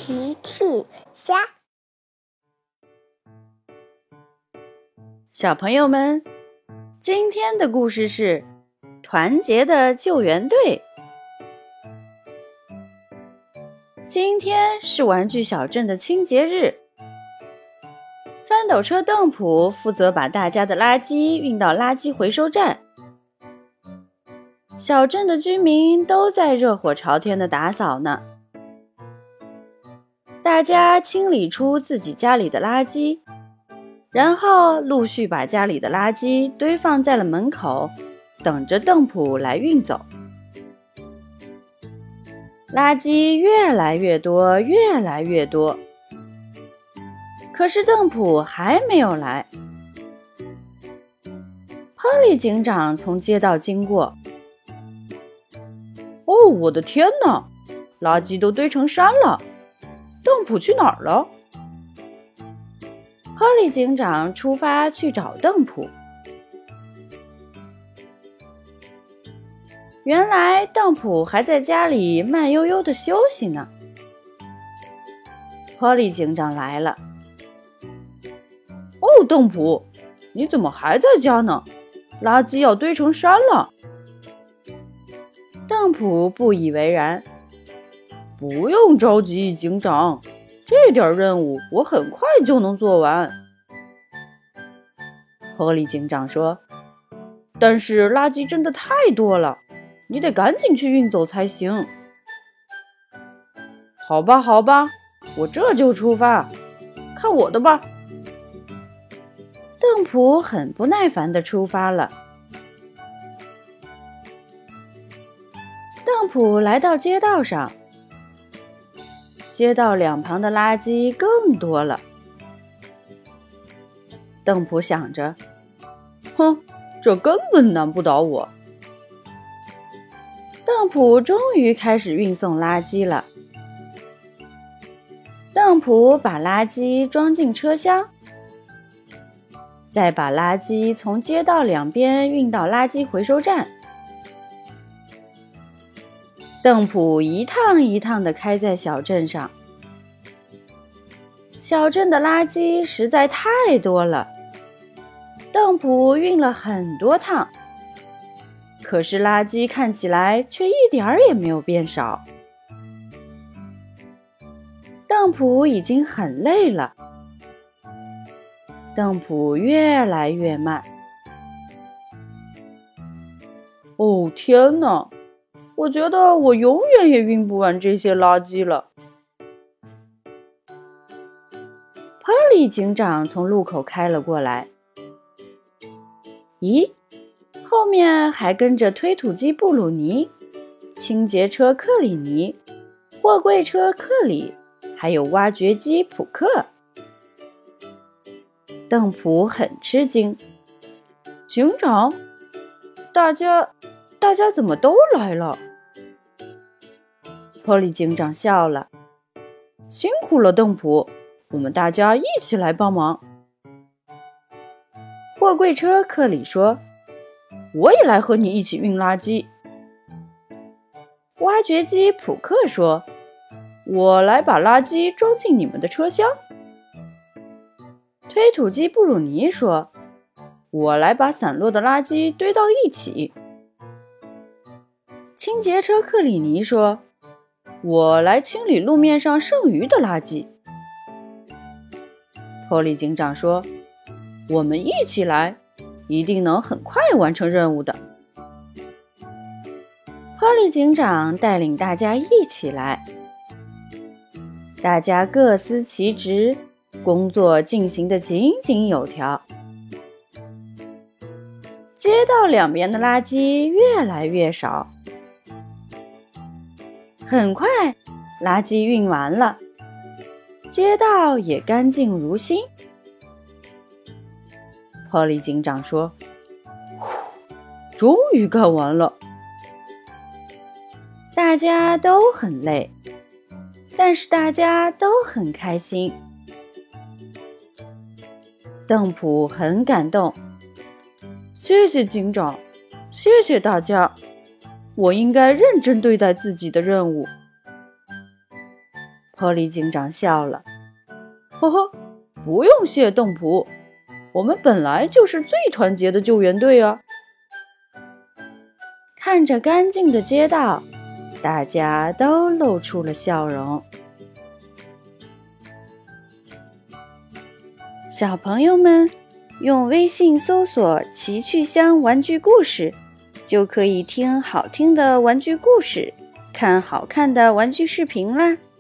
奇趣虾。 小朋友们，今天的故事是团结的救援队。今天是玩具小镇的清洁日，翻斗车邓普负责把大家的垃圾运到垃圾回收站。小镇的居民都在热火朝天地打扫呢。大家清理出自己家里的垃圾，然后陆续把家里的垃圾堆放在了门口，等着邓普来运走。垃圾越来越多，越来越多，可是邓普还没有来。Polly警长从街道经过。哦，我的天哪，垃圾都堆成山了，邓普去哪儿了？Polly警长出发去找邓普。原来邓普还在家里慢悠悠地休息呢。Polly警长来了。哦，邓普，你怎么还在家呢？垃圾要堆成山了。邓普不以为然。不用着急，警长，这点任务我很快就能做完。Polly警长说，但是垃圾真的太多了，你得赶紧去运走才行。好吧，好吧，我这就出发，看我的吧。邓普很不耐烦地出发了。邓普来到街道上，街道两旁的垃圾更多了。邓普想着，哼，这根本难不倒我。邓普终于开始运送垃圾了。邓普把垃圾装进车厢，再把垃圾从街道两边运到垃圾回收站。邓普一趟一趟地开在小镇上。小镇的垃圾实在太多了，邓普运了很多趟，可是垃圾看起来却一点儿也没有变少。邓普已经很累了。邓普越来越慢。哦，天哪！我觉得我永远也运不完这些垃圾了。Polly警长从路口开了过来。咦，后面还跟着推土机布鲁尼、清洁车克里尼、货柜车克里，还有挖掘机普克。邓普很吃惊。警长，大家怎么都来了？Polly警长笑了。辛苦了，邓普，我们大家一起来帮忙。货柜车克里说，我也来和你一起运垃圾。挖掘机普克说，我来把垃圾装进你们的车厢。推土机布鲁尼说，我来把散落的垃圾堆到一起。清洁车克里尼说，我来清理路面上剩余的垃圾。Polly警长说，我们一起来，一定能很快完成任务的。Polly警长带领大家一起来，大家各司其职，工作进行得井井有条。街道两边的垃圾越来越少。很快，垃圾运完了，街道也干净如新。Polly警长说，终于干完了。大家都很累，但是大家都很开心。邓普很感动。谢谢警长，谢谢大家。我应该认真对待自己的任务。 河狸警长笑了，呵呵，不用谢邓普，我们本来就是最团结的救援队啊。看着干净的街道，大家都露出了笑容。小朋友们，用微信搜索“奇趣箱玩具故事”，就可以听好听的玩具故事，看好看的玩具视频啦。